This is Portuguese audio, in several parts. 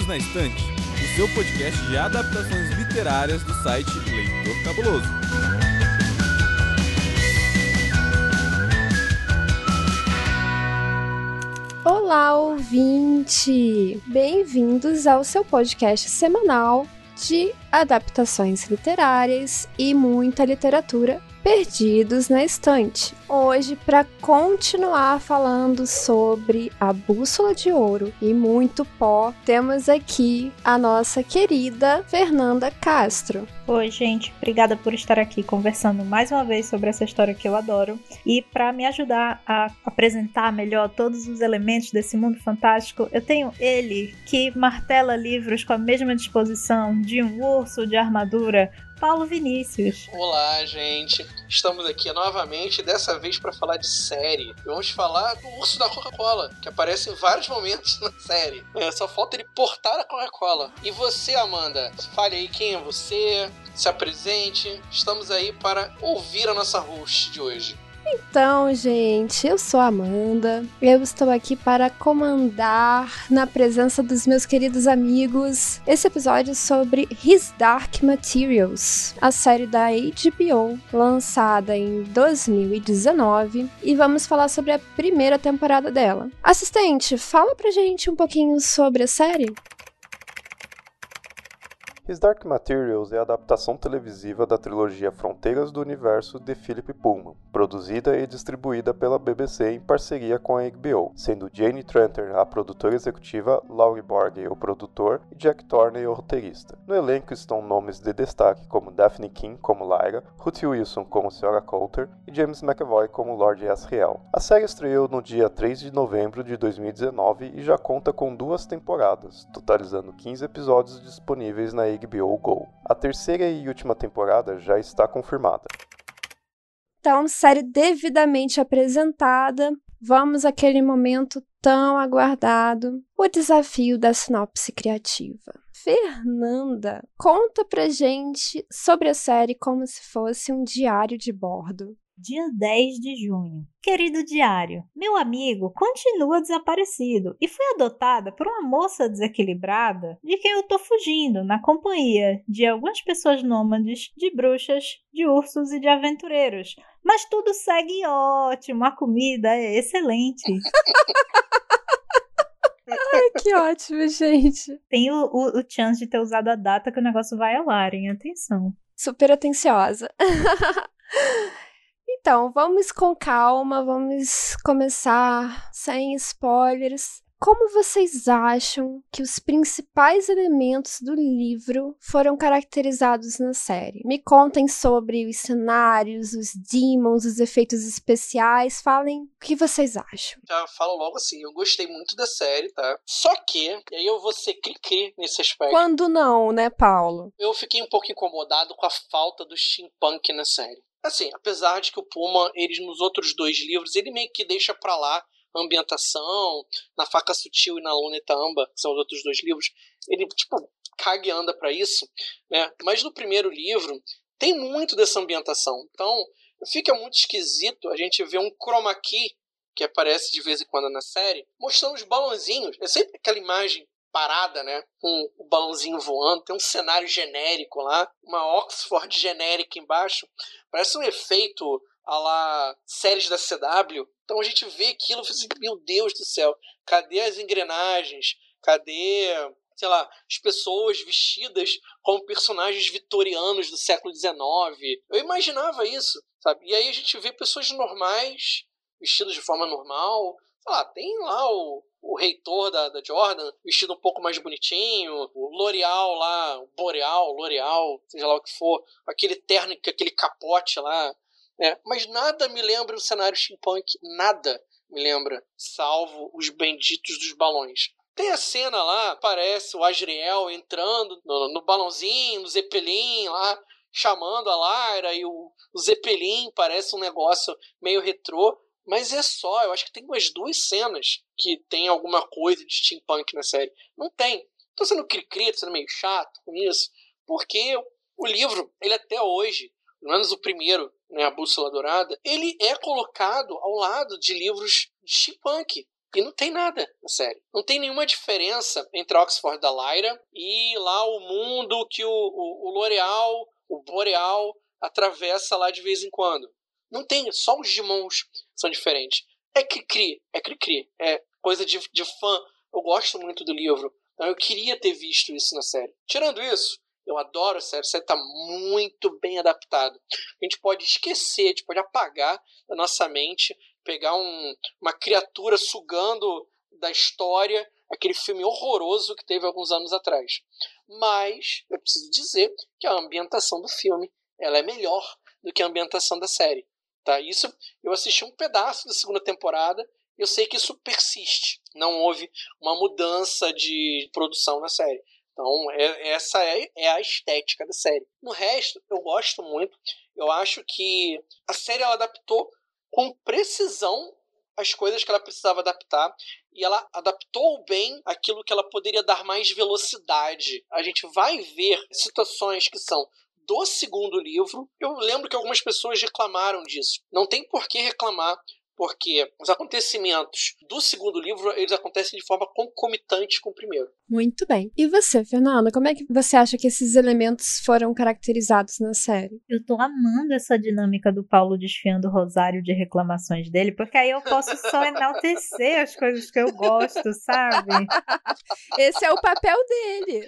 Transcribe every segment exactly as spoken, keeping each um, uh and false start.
Perdidos na Estante, o seu podcast de adaptações literárias do site Leitor Cabuloso. Olá, ouvinte! Bem-vindos ao seu podcast semanal de adaptações literárias e muita literatura perdidos na estante. Hoje, para continuar falando sobre A Bússola de Ouro e muito pó, temos aqui a nossa querida Fernanda Castro. Oi, gente, obrigada por estar aqui conversando mais uma vez sobre essa história que eu adoro. E para me ajudar a apresentar melhor todos os elementos desse mundo fantástico, eu tenho ele, que martela livros com a mesma disposição de um urso de armadura, Paulo Vinícius. Olá, gente. Estamos aqui novamente, dessa vez para falar de série. Vamos falar do urso da Coca-Cola, que aparece em vários momentos na série. É, só falta ele portar a Coca-Cola. E você, Amanda? Fale aí quem é você, se apresente. Estamos aí para ouvir a nossa host de hoje. Então, gente, eu sou a Amanda, eu estou aqui para comandar, na presença dos meus queridos amigos, esse episódio sobre His Dark Materials, a série da H B O, lançada em dois mil e dezenove, e vamos falar sobre a primeira temporada dela. Assistente, fala pra gente um pouquinho sobre a série. His Dark Materials é a adaptação televisiva da trilogia Fronteiras do Universo de Philip Pullman, produzida e distribuída pela B B C em parceria com a H B O, sendo Jane Tranter a produtora executiva, Laurie Borge o produtor e Jack Thorney o roteirista. No elenco estão nomes de destaque como Daphne King como Lyra, Ruth Wilson como Senhora Coulter e James McAvoy como Lord Asriel. A série estreou no dia três de novembro de dois mil e dezenove e já conta com duas temporadas, totalizando quinze episódios disponíveis na H B O Go. A terceira e última temporada já está confirmada. Então, série devidamente apresentada, vamos àquele momento tão aguardado, o desafio da sinopse criativa. Fernanda, conta pra gente sobre a série como se fosse um diário de bordo. Dia dez de junho. Querido diário, meu amigo continua desaparecido e foi adotada por uma moça desequilibrada de quem eu tô fugindo na companhia de algumas pessoas nômades, de bruxas, de ursos e de aventureiros. Mas tudo segue ótimo, a comida é excelente. Ai, que ótimo, gente. Tem o, o, o chance de ter usado a data que o negócio vai ao ar, hein? Atenção. Super atenciosa. Então, vamos com calma, vamos começar sem spoilers. Como vocês acham que os principais elementos do livro foram caracterizados na série? Me contem sobre os cenários, os demons, os efeitos especiais. Falem o que vocês acham. Já falo logo assim, eu gostei muito da série, tá? Só que, e aí eu vou ser cri-cri nesse aspecto. Quando não, né, Paulo? Eu fiquei um pouco incomodado com a falta do steampunk na série. Assim, apesar de que o Pullman, eles nos outros dois livros, ele meio que deixa pra lá a ambientação, na Faca Sutil e na Luneta Amba, que são os outros dois livros, ele, tipo, caga e anda pra isso, né? Mas no primeiro livro, tem muito dessa ambientação. Então, fica muito esquisito a gente ver um chroma key, que aparece de vez em quando na série, mostrando os balãozinhos. É sempre aquela imagem parada, né? Com o balãozinho voando, tem um cenário genérico lá, uma Oxford genérica embaixo, parece um efeito à la séries da C W. Então a gente vê aquilo e fala assim, meu Deus do céu, cadê as engrenagens? Cadê, sei lá, as pessoas vestidas como personagens vitorianos do século dezenove? Eu imaginava isso, sabe? E aí a gente vê pessoas normais, vestidas de forma normal. Sei lá, tem lá o o reitor da, da Jordan, vestido um pouco mais bonitinho, o L'Oreal lá, o Boreal, L'Oreal, seja lá o que for, aquele terno, aquele capote lá, né? Mas nada me lembra o cenário steampunk, nada me lembra, salvo os benditos dos balões. Tem a cena lá, aparece o Asriel entrando no, no balãozinho, no Zeppelin lá, chamando a Lyra, e o, o Zeppelin parece um negócio meio retrô. Mas é só, eu acho que tem umas duas cenas que tem alguma coisa de steampunk na série. Não tem. Tô sendo cri-cri, tô sendo meio chato com isso, porque o livro, ele até hoje, pelo menos o primeiro, né, A Bússola Dourada, ele é colocado ao lado de livros de steampunk. E não tem nada na série. Não tem nenhuma diferença entre Oxford da Lyra e lá o mundo que o, o, o L'Oreal, o Boreal, atravessa lá de vez em quando. Não tem, só os Digimons são diferentes. É cri-cri, é cri-cri. É coisa de, de fã. Eu gosto muito do livro. Então eu queria ter visto isso na série. Tirando isso, eu adoro a série. A série está muito bem adaptada. A gente pode esquecer, a gente pode apagar da nossa mente, pegar um, uma criatura sugando da história, aquele filme horroroso que teve alguns anos atrás. Mas eu preciso dizer que a ambientação do filme ela é melhor do que a ambientação da série. Tá? Isso, eu assisti um pedaço da segunda temporada e eu sei que isso persiste. Não houve uma mudança de produção na série. Então, é, essa é, é a estética da série. No resto, eu gosto muito. Eu acho que a série ela adaptou com precisão as coisas que ela precisava adaptar. E ela adaptou bem aquilo que ela poderia dar mais velocidade. A gente vai ver situações que são do segundo livro. Eu lembro que algumas pessoas reclamaram disso. Não tem por que reclamar, porque os acontecimentos do segundo livro, eles acontecem de forma concomitante com o primeiro. Muito bem. E você, Fernanda, como é que você acha que esses elementos foram caracterizados na série? Eu tô amando essa dinâmica do Paulo desfiando o rosário de reclamações dele, porque aí eu posso só enaltecer as coisas que eu gosto, sabe? Esse é o papel dele.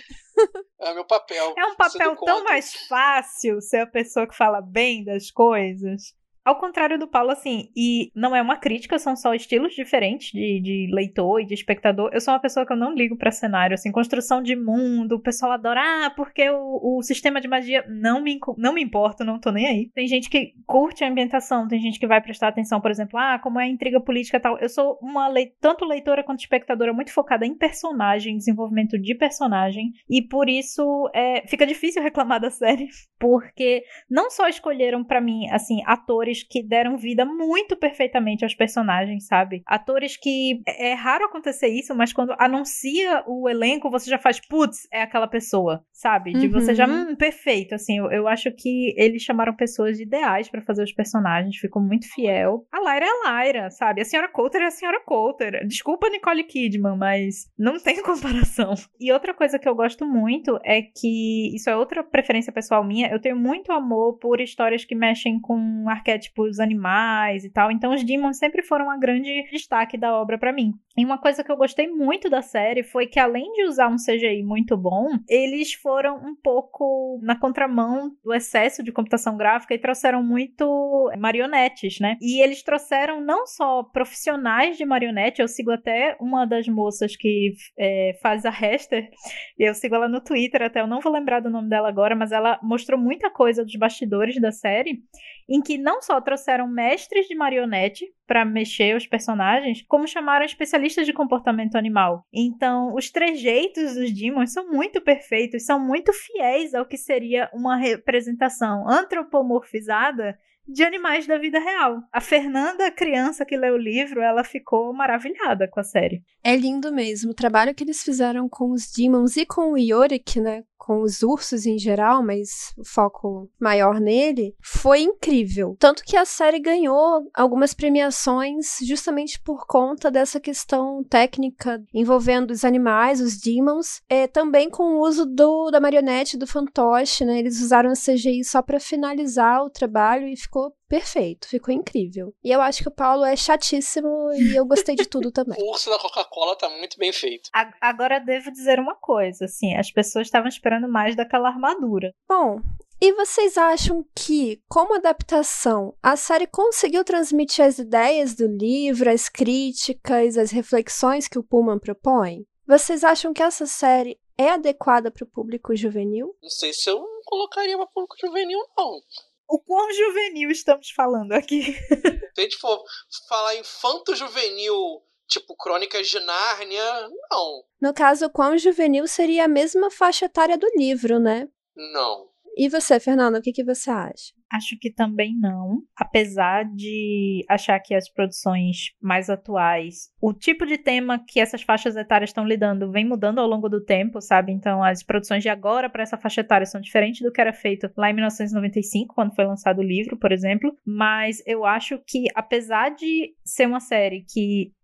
É meu papel. É um papel tão mais fácil ser a pessoa que fala bem das coisas. Ao contrário do Paulo, assim, e não é uma crítica, são só estilos diferentes de, de leitor e de espectador. Eu sou uma pessoa que eu não ligo pra cenário, assim, construção de mundo, o pessoal adora, ah, porque o, o sistema de magia não me, não me importa, não tô nem aí. Tem gente que curte a ambientação, tem gente que vai prestar atenção, por exemplo, ah, como é a intriga política e tal. Eu sou uma, le... tanto leitora quanto espectadora, muito focada em personagem, desenvolvimento de personagem, e por isso é, fica difícil reclamar da série, porque não só escolheram pra mim, assim, atores que deram vida muito perfeitamente aos personagens, sabe? Atores que... É raro acontecer isso, mas quando anuncia o elenco, você já faz, putz, é aquela pessoa, sabe? De uhum. Você já, hum, perfeito, assim, eu, eu acho que eles chamaram pessoas ideais pra fazer os personagens, ficou muito fiel. A Lyra é a Lyra, sabe? A senhora Coulter é a senhora Coulter. Desculpa, Nicole Kidman, mas não tem comparação. E outra coisa que eu gosto muito é que, isso é outra preferência pessoal minha, eu tenho muito amor por histórias que mexem com arquétipos animais e tal, então os Demons sempre foram um grande destaque da obra pra mim. E uma coisa que eu gostei muito da série foi que, além de usar um C G I muito bom, eles foram um pouco na contramão do excesso de computação gráfica e trouxeram muito marionetes, né? E eles trouxeram não só profissionais de marionete, eu sigo até uma das moças que é, faz a Hester, eu sigo ela no Twitter até, eu não vou lembrar do nome dela agora, mas ela mostrou muita coisa dos bastidores da série, em que não só trouxeram mestres de marionete para mexer os personagens, como chamaram especialistas de comportamento animal. Então, os trejeitos dos Demons são muito perfeitos, são muito fiéis ao que seria uma representação antropomorfizada de animais da vida real. A Fernanda, criança que leu o livro, ela ficou maravilhada com a série. É lindo mesmo. O trabalho que eles fizeram com os Demons e com o Yorick, né? Com os ursos em geral, mas o foco maior nele, foi incrível. Tanto que a série ganhou algumas premiações justamente por conta dessa questão técnica envolvendo os animais, os Demons, é, também com o uso do, da marionete, do fantoche, né? Eles usaram a C G I só para finalizar o trabalho e ficou perfeito, ficou incrível. E eu acho que o Paulo é chatíssimo e eu gostei de tudo também. O urso da Coca-Cola tá muito bem feito. Agora devo dizer uma coisa, assim, as pessoas estavam esperando mais daquela armadura. Bom, e vocês acham que, como adaptação, a série conseguiu transmitir as ideias do livro, as críticas, as reflexões que o Pullman propõe? Vocês acham que essa série é adequada para o público juvenil? Não sei se eu colocaria para o público juvenil, não. O quão juvenil estamos falando aqui? Se a gente for falar infanto-juvenil, tipo Crônicas de Nárnia, não. No caso, o quão juvenil seria a mesma faixa etária do livro, né? Não. E você, Fernanda, o que, que você acha? Acho que também não, apesar de achar que as produções mais atuais, o tipo de tema que essas faixas etárias estão lidando vem mudando ao longo do tempo, sabe? Então as produções de agora para essa faixa etária são diferentes do que era feito lá em mil novecentos e noventa e cinco, quando foi lançado o livro, por exemplo, mas eu acho que, apesar de ser uma série que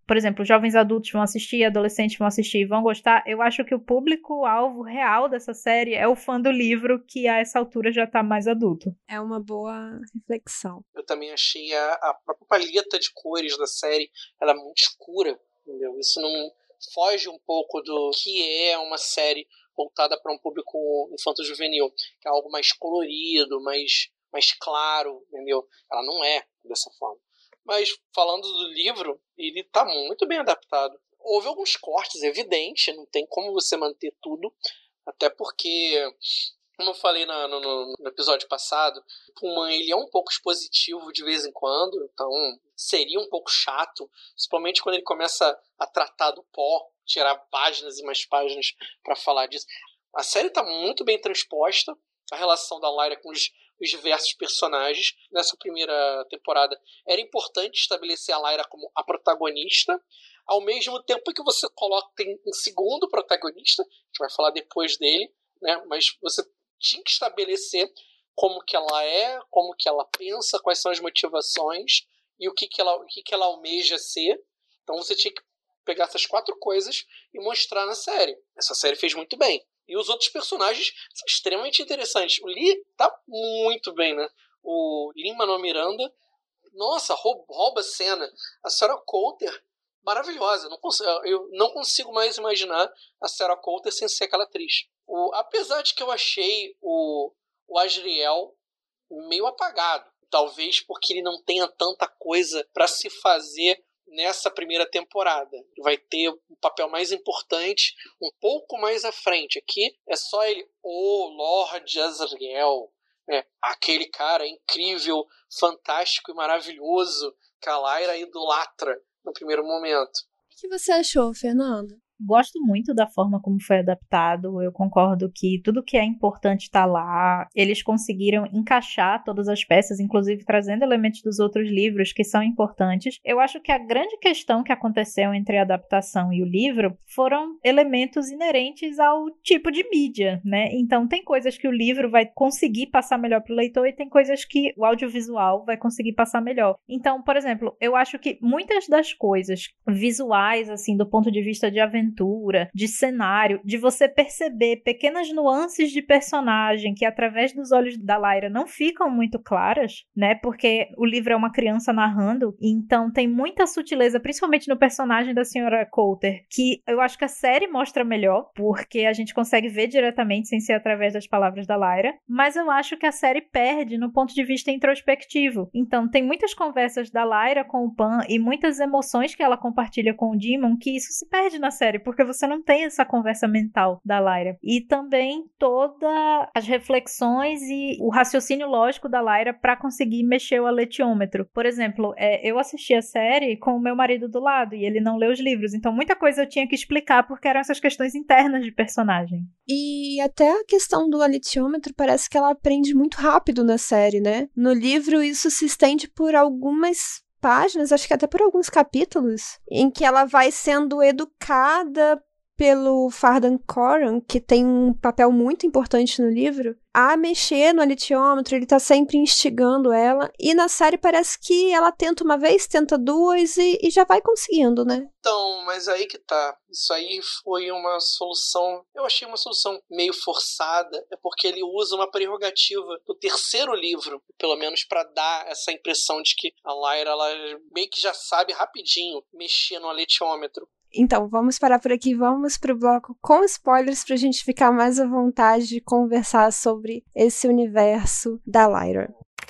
por exemplo, jovens adultos vão assistir, adolescentes vão assistir e vão gostar, eu acho que o público-alvo real dessa série é o fã do livro, que a essa altura já tá mais adulto. É uma boa reflexão. Eu também achei a, a própria palheta de cores da série, ela é muito escura, entendeu? Isso não foge um pouco do que é uma série voltada para um público infanto-juvenil, que é algo mais colorido, mais, mais claro, entendeu? Ela não é dessa forma. Mas, falando do livro, ele está muito bem adaptado. Houve alguns cortes, evidente, não tem como você manter tudo, até porque, como eu falei no, no, no episódio passado, o Pullman ele é um pouco expositivo de vez em quando, então seria um pouco chato, principalmente quando ele começa a tratar do pó, tirar páginas e mais páginas para falar disso. A série está muito bem transposta, a relação da Lyra com os, os diversos personagens. Nessa primeira temporada era importante estabelecer a Lyra como a protagonista, ao mesmo tempo que você coloca tem um segundo protagonista, a gente vai falar depois dele, né? Mas você tinha que estabelecer como que ela é, como que ela pensa, quais são as motivações e o que, que, ela, o que, que ela almeja ser. Então você tinha que pegar essas quatro coisas e mostrar na série. Essa série fez muito bem. E os outros personagens são extremamente interessantes. O Lee tá muito bem, né? O Lin-Manuel Miranda, nossa, rouba a cena. A Sarah Coulter, maravilhosa. Não consigo, eu não consigo mais imaginar a Sarah Coulter sem ser aquela atriz. O, apesar de que eu achei o, o Asriel meio apagado. Talvez porque ele não tenha tanta coisa para se fazer nessa primeira temporada. Ele vai ter um papel mais importante um pouco mais à frente. Aqui é só ele, o Lord Asriel, né? Aquele cara incrível, fantástico e maravilhoso que a Lyra idolatra no primeiro momento. O que você achou, Fernanda? Gosto muito da forma como foi adaptado, eu concordo que tudo que é importante está lá, eles conseguiram encaixar todas as peças, inclusive trazendo elementos dos outros livros que são importantes. Eu acho que a grande questão que aconteceu entre a adaptação e o livro foram elementos inerentes ao tipo de mídia, né? Então tem coisas que o livro vai conseguir passar melhor para o leitor e tem coisas que o audiovisual vai conseguir passar melhor. Então, por exemplo, eu acho que muitas das coisas visuais, assim, do ponto de vista de aventura, de cenário, de você perceber pequenas nuances de personagem que através dos olhos da Lyra não ficam muito claras, né? Porque o livro é uma criança narrando, então tem muita sutileza, principalmente no personagem da senhora Coulter, que eu acho que a série mostra melhor, porque a gente consegue ver diretamente sem ser através das palavras da Lyra, mas eu acho que a série perde no ponto de vista introspectivo. Então tem muitas conversas da Lyra com o Pan e muitas emoções que ela compartilha com o Demon que isso se perde na série, porque você não tem essa conversa mental da Lyra. E também todas as reflexões e o raciocínio lógico da Lyra para conseguir mexer o aletiômetro. Por exemplo, é, eu assisti a série com o meu marido do lado e ele não lê os livros, então muita coisa eu tinha que explicar porque eram essas questões internas de personagem. E até a questão do aletiômetro parece que ela aprende muito rápido na série, né? No livro isso se estende por algumas páginas, acho que até por alguns capítulos, em que ela vai sendo educada pelo Fardan Coram, que tem um papel muito importante no livro, a mexer no aletiômetro, ele tá sempre instigando ela, e na série parece que ela tenta uma vez, tenta duas e, e já vai conseguindo, né? Então, mas aí que tá. Isso aí foi uma solução, eu achei uma solução meio forçada, é porque ele usa uma prerrogativa do terceiro livro, pelo menos para dar essa impressão de que a Lyra, ela meio que já sabe rapidinho mexer no aletiômetro. Então, vamos parar por aqui, vamos pro bloco com spoilers pra gente ficar mais à vontade de conversar sobre esse universo da Lyra.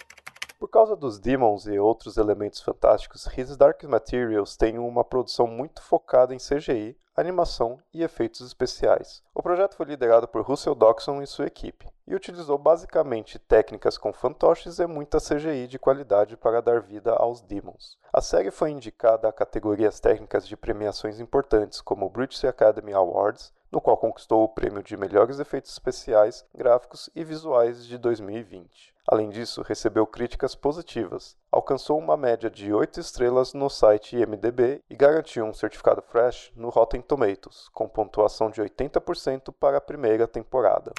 Por causa dos Demons e outros elementos fantásticos, His Dark Materials tem uma produção muito focada em C G I, animação e efeitos especiais. O projeto foi liderado por Russell Dodgson e sua equipe, e utilizou basicamente técnicas com fantoches e muita C G I de qualidade para dar vida aos Demons. A série foi indicada a categorias técnicas de premiações importantes como o British Academy Awards, no qual conquistou o prêmio de melhores efeitos especiais, gráficos e visuais de dois mil e vinte. Além disso, recebeu críticas positivas, alcançou uma média de oito estrelas no site I M D B e garantiu um certificado Fresh no Rotten Tomatoes, com pontuação de oitenta por cento para a primeira temporada.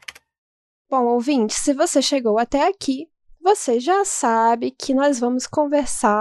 Bom, ouvinte, se você chegou até aqui, você já sabe que nós vamos conversar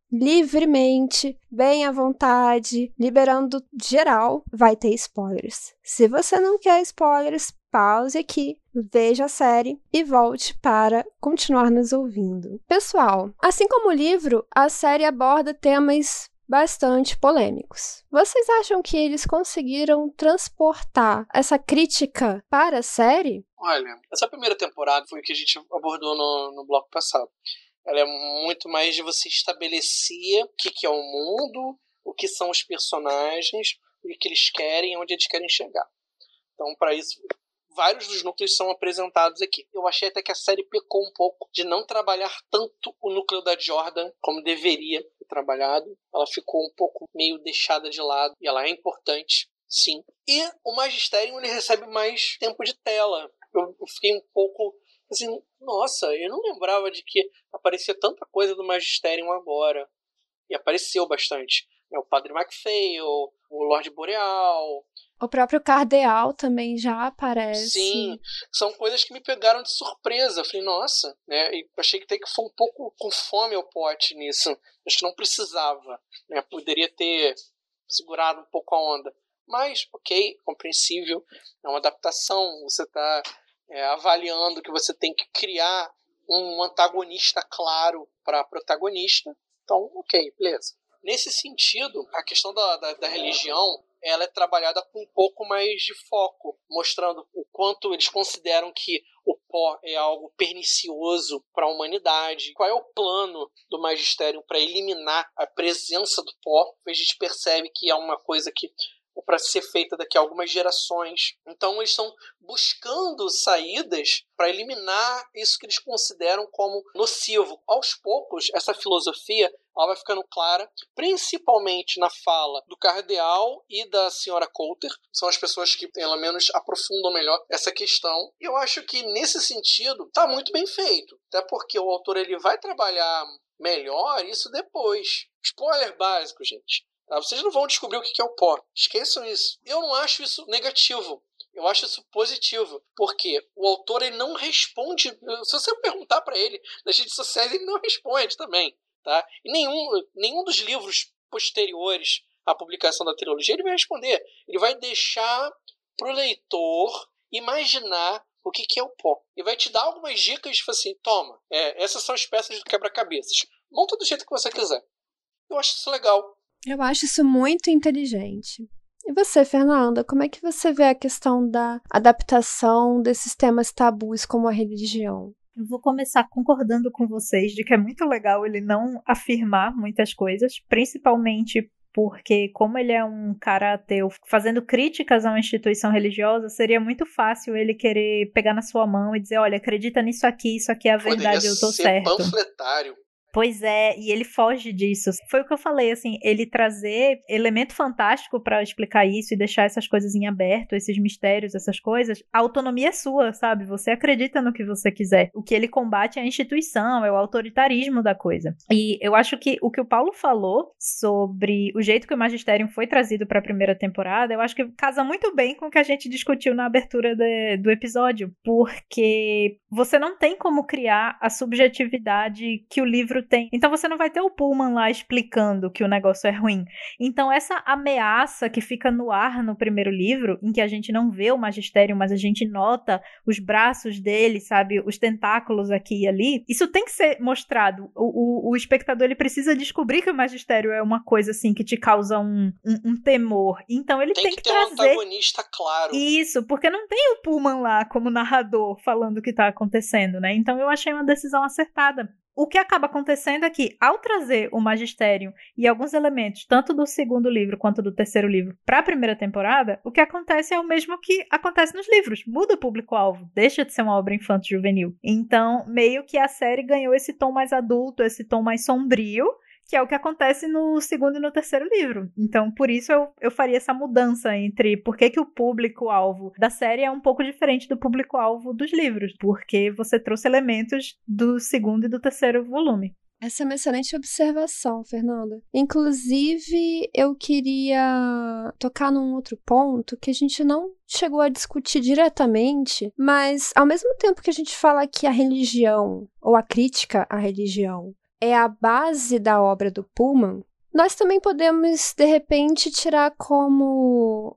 livremente, bem à vontade, liberando geral, vai ter spoilers. Se você não quer spoilers, pause aqui, veja a série e volte para continuar nos ouvindo. Pessoal, assim como o livro, a série aborda temas bastante polêmicos. Vocês acham que eles conseguiram transportar essa crítica para a série? Olha, essa primeira temporada foi o que a gente abordou no, no bloco passado. Ela é muito mais de você estabelecer o que, que é o mundo, o que são os personagens, o que eles querem e onde eles querem chegar. Então, para isso, vários dos núcleos são apresentados aqui. Eu achei até que a série pecou um pouco de não trabalhar tanto o núcleo da Jordan como deveria ter trabalhado. Ela ficou um pouco meio deixada de lado, e ela é importante, sim. E o Magisterium, ele recebe mais tempo de tela. Eu fiquei um pouco assim, nossa, eu não lembrava de que aparecia tanta coisa do Magisterium agora. E apareceu bastante. O Padre Macphail, o Lorde Boreal. O próprio Cardeal também já aparece. Sim, são coisas que me pegaram de surpresa. Eu falei, nossa, né? E achei que até que foi um pouco com fome ao pote nisso. Acho que não precisava, né? Poderia ter segurado um pouco a onda. Mas, ok, compreensível. É uma adaptação, você está é, avaliando que você tem que criar um antagonista claro para protagonista. Então, ok, beleza. Nesse sentido, a questão da, da, da religião, ela é trabalhada com um pouco mais de foco, mostrando o quanto eles consideram que o pó é algo pernicioso para a humanidade, qual é o plano do Magisterium para eliminar a presença do pó. A gente percebe que é uma coisa que é para ser feita daqui a algumas gerações. Então eles estão buscando saídas para eliminar isso que eles consideram como nocivo. Aos poucos, essa filosofia ela vai ficando clara, principalmente na fala do Cardeal e da senhora Coulter. São as pessoas que, pelo menos, aprofundam melhor essa questão. E eu acho que, nesse sentido, está muito bem feito. Até porque o autor ele vai trabalhar melhor isso depois. Spoiler básico, gente. Vocês não vão descobrir o que é o pó. Esqueçam isso. Eu não acho isso negativo. Eu acho isso positivo. Porque o autor ele não responde. Se você perguntar para ele nas redes sociais, ele não responde também. Tá? E nenhum, nenhum dos livros posteriores à publicação da trilogia ele vai responder. Ele vai deixar para o leitor imaginar o que, que é o pó. E vai te dar algumas dicas, tipo assim, toma, é, essas são as peças do quebra-cabeças. Monta do jeito que você quiser. Eu acho isso legal. Eu acho isso muito inteligente. E você, Fernanda, como é que você vê a questão da adaptação desses temas tabus como a religião? Eu vou começar concordando com vocês de que é muito legal ele não afirmar muitas coisas, principalmente porque, como ele é um cara ateu fazendo críticas a uma instituição religiosa, seria muito fácil ele querer pegar na sua mão e dizer, olha, acredita nisso aqui, isso aqui é a verdade, eu tô certo. Poderia ser panfletário. Pois é, e ele foge disso. Foi o que eu falei, assim, ele trazer elemento fantástico pra explicar isso e deixar essas coisas em aberto, esses mistérios, essas coisas, a autonomia é sua, sabe? Você acredita no que você quiser. O que ele combate é a instituição, é o autoritarismo da coisa. E eu acho que o que o Paulo falou sobre o jeito que o Magisterium foi trazido pra primeira temporada, eu acho que casa muito bem com o que a gente discutiu na abertura de, do episódio, porque você não tem como criar a subjetividade que o livro tem. Então você não vai ter o Pullman lá explicando que o negócio é ruim. Então essa ameaça que fica no ar no primeiro livro, em que a gente não vê o Magistério, mas a gente nota os braços dele, sabe, os tentáculos aqui e ali, isso tem que ser mostrado. O, o, o espectador ele precisa descobrir que o Magistério é uma coisa assim que te causa um, um, um temor. Então ele tem, tem que, que ter trazer... um antagonista claro. Isso, porque não tem o Pullman lá como narrador falando o que está acontecendo, né? Então eu achei uma decisão acertada. O que acaba acontecendo é que, ao trazer o Magisterium e alguns elementos, tanto do segundo livro quanto do terceiro livro, para a primeira temporada, o que acontece é o mesmo que acontece nos livros. Muda o público-alvo, deixa de ser uma obra infanto-juvenil. Então, meio que a série ganhou esse tom mais adulto, esse tom mais sombrio, que é o que acontece no segundo e no terceiro livro. Então, por isso eu, eu faria essa mudança entre por que, que o público-alvo da série é um pouco diferente do público-alvo dos livros, porque você trouxe elementos do segundo e do terceiro volume. Essa é uma excelente observação, Fernanda. Inclusive, eu queria tocar num outro ponto que a gente não chegou a discutir diretamente, mas ao mesmo tempo que a gente fala que a religião, ou a crítica à religião, é a base da obra do Pullman, nós também podemos, de repente, tirar como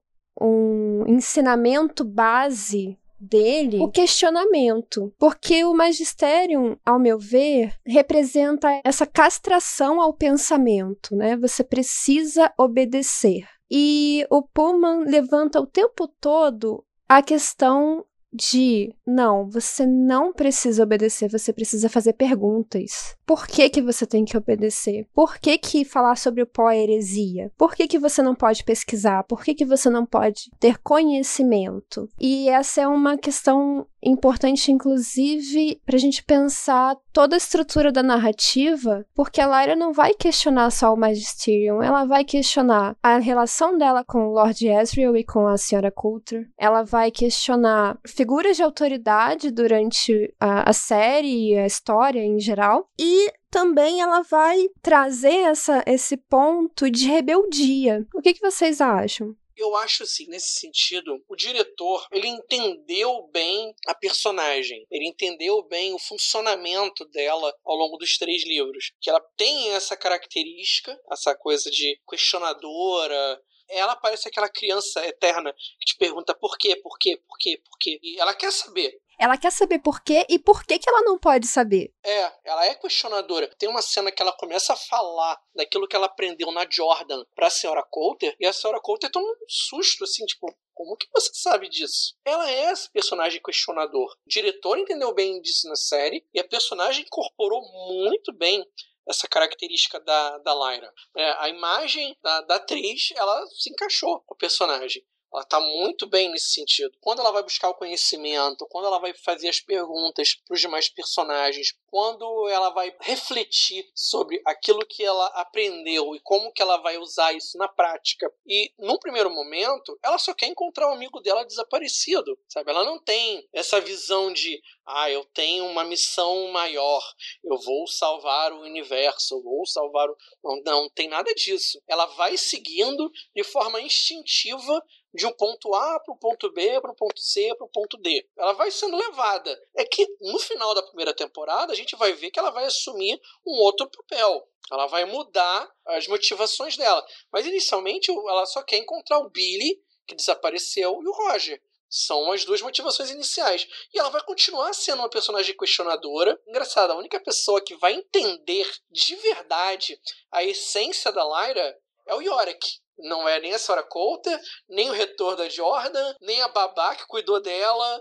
um ensinamento base dele o questionamento, porque o Magisterium, ao meu ver, representa essa castração ao pensamento, né? Você precisa obedecer. E o Pullman levanta o tempo todo a questão de, não, você não precisa obedecer, você precisa fazer perguntas. Por que que você tem que obedecer? Por que que falar sobre o pó é heresia? Por que que você não pode pesquisar? Por que que você não pode ter conhecimento? E essa é uma questão importante, inclusive, para a gente pensar toda a estrutura da narrativa, porque a Lyra não vai questionar só o Magisterium, ela vai questionar a relação dela com o Lord Asriel e com a Senhora Coulter, ela vai questionar figuras de autoridade durante a, a série e a história em geral, e também ela vai trazer essa, esse ponto de rebeldia. O que, que vocês acham? Eu acho assim, nesse sentido, o diretor, ele entendeu bem a personagem, ele entendeu bem o funcionamento dela ao longo dos três livros, que ela tem essa característica, essa coisa de questionadora. Ela parece aquela criança eterna que te pergunta por quê, por quê, por quê, por quê, e ela quer saber. Ela quer saber por quê e por que que ela não pode saber. É, ela é questionadora. Tem uma cena que ela começa a falar daquilo que ela aprendeu na Jordan pra Senhora Coulter, e a Senhora Coulter toma um susto, assim, tipo, como que você sabe disso? Ela é esse personagem questionador. O diretor entendeu bem disso na série, e a personagem incorporou muito bem essa característica da, da Lyra. É, a imagem da, da atriz, ela se encaixou com o personagem. Ela está muito bem nesse sentido. Quando ela vai buscar o conhecimento, quando ela vai fazer as perguntas para os demais personagens, quando ela vai refletir sobre aquilo que ela aprendeu e como que ela vai usar isso na prática. E, num primeiro momento, ela só quer encontrar o amigo dela desaparecido, sabe? Ela não tem essa visão de, ah, eu tenho uma missão maior, eu vou salvar o universo, eu vou salvar o... Não, não tem nada disso. Ela vai seguindo de forma instintiva de um ponto A para o ponto B, para o ponto C, para o ponto D. Ela vai sendo levada. É que no final da primeira temporada a gente vai ver que ela vai assumir um outro papel. Ela vai mudar as motivações dela. Mas inicialmente ela só quer encontrar o Billy, que desapareceu, e o Roger. São as duas motivações iniciais. E ela vai continuar sendo uma personagem questionadora. Engraçado, a única pessoa que vai entender de verdade a essência da Lyra é o Yorick. Não é nem a Senhora Coulter, nem o reitor da Jordan, nem a babá que cuidou dela,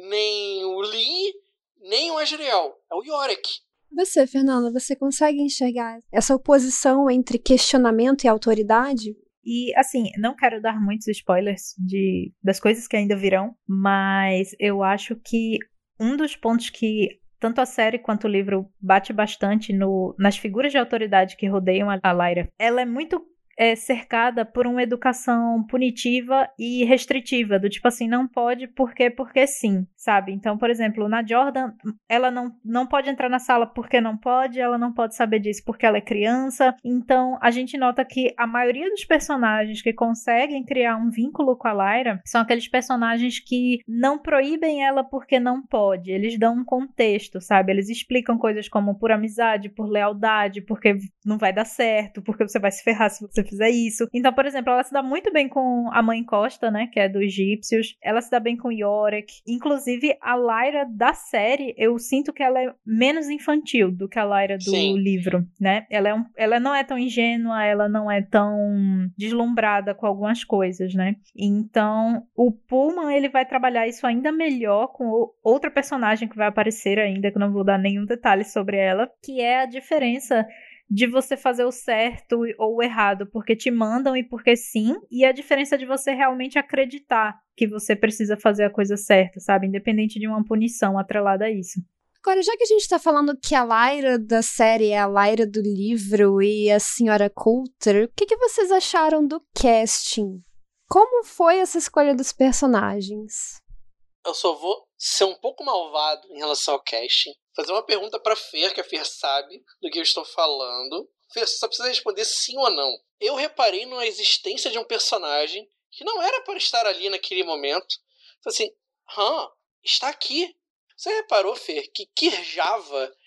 nem o Lee, nem o Asriel. É o Yorick. Você, Fernanda, você consegue enxergar essa oposição entre questionamento e autoridade? E, assim, não quero dar muitos spoilers de, das coisas que ainda virão, mas eu acho que um dos pontos que tanto a série quanto o livro bate bastante no, nas figuras de autoridade que rodeiam a, a Lyra, ela é muito é cercada por uma educação punitiva e restritiva, do tipo assim, não pode porque, porque sim, sabe? Então, por exemplo, na Jordan, ela não, não pode entrar na sala porque não pode, ela não pode saber disso porque ela é criança. Então, a gente nota que a maioria dos personagens que conseguem criar um vínculo com a Lyra são aqueles personagens que não proíbem ela porque não pode, eles dão um contexto, sabe? Eles explicam coisas como por amizade, por lealdade, porque não vai dar certo, porque você vai se ferrar se você fizer isso. Então, por exemplo, ela se dá muito bem com a mãe Costa, né, que é dos egípcios. Ela se dá bem com Yorick. Inclusive, a Lyra da série, eu sinto que ela é menos infantil do que a Lyra do Sim. livro, né? Ela, é um, ela não é tão ingênua, ela não é tão deslumbrada com algumas coisas, né? Então, o Pullman, ele vai trabalhar isso ainda melhor com outra personagem que vai aparecer ainda, que eu não vou dar nenhum detalhe sobre ela, que é a diferença de você fazer o certo ou o errado porque te mandam e porque sim, e a diferença de você realmente acreditar que você precisa fazer a coisa certa, sabe? Independente de uma punição atrelada a isso. Agora, já que a gente tá falando que a Lyra da série é a Lyra do livro e a Senhora Coulter, o que, que vocês acharam do casting? Como foi essa escolha dos personagens? Eu só vou ser um pouco malvado em relação ao casting. Fazer uma pergunta pra Fer, que a Fer sabe do que eu estou falando. Fer, você só precisa responder sim ou não. Eu reparei na existência de um personagem que não era para estar ali naquele momento. Falei assim, hã, está aqui. Você reparou, Fer, que Kirjava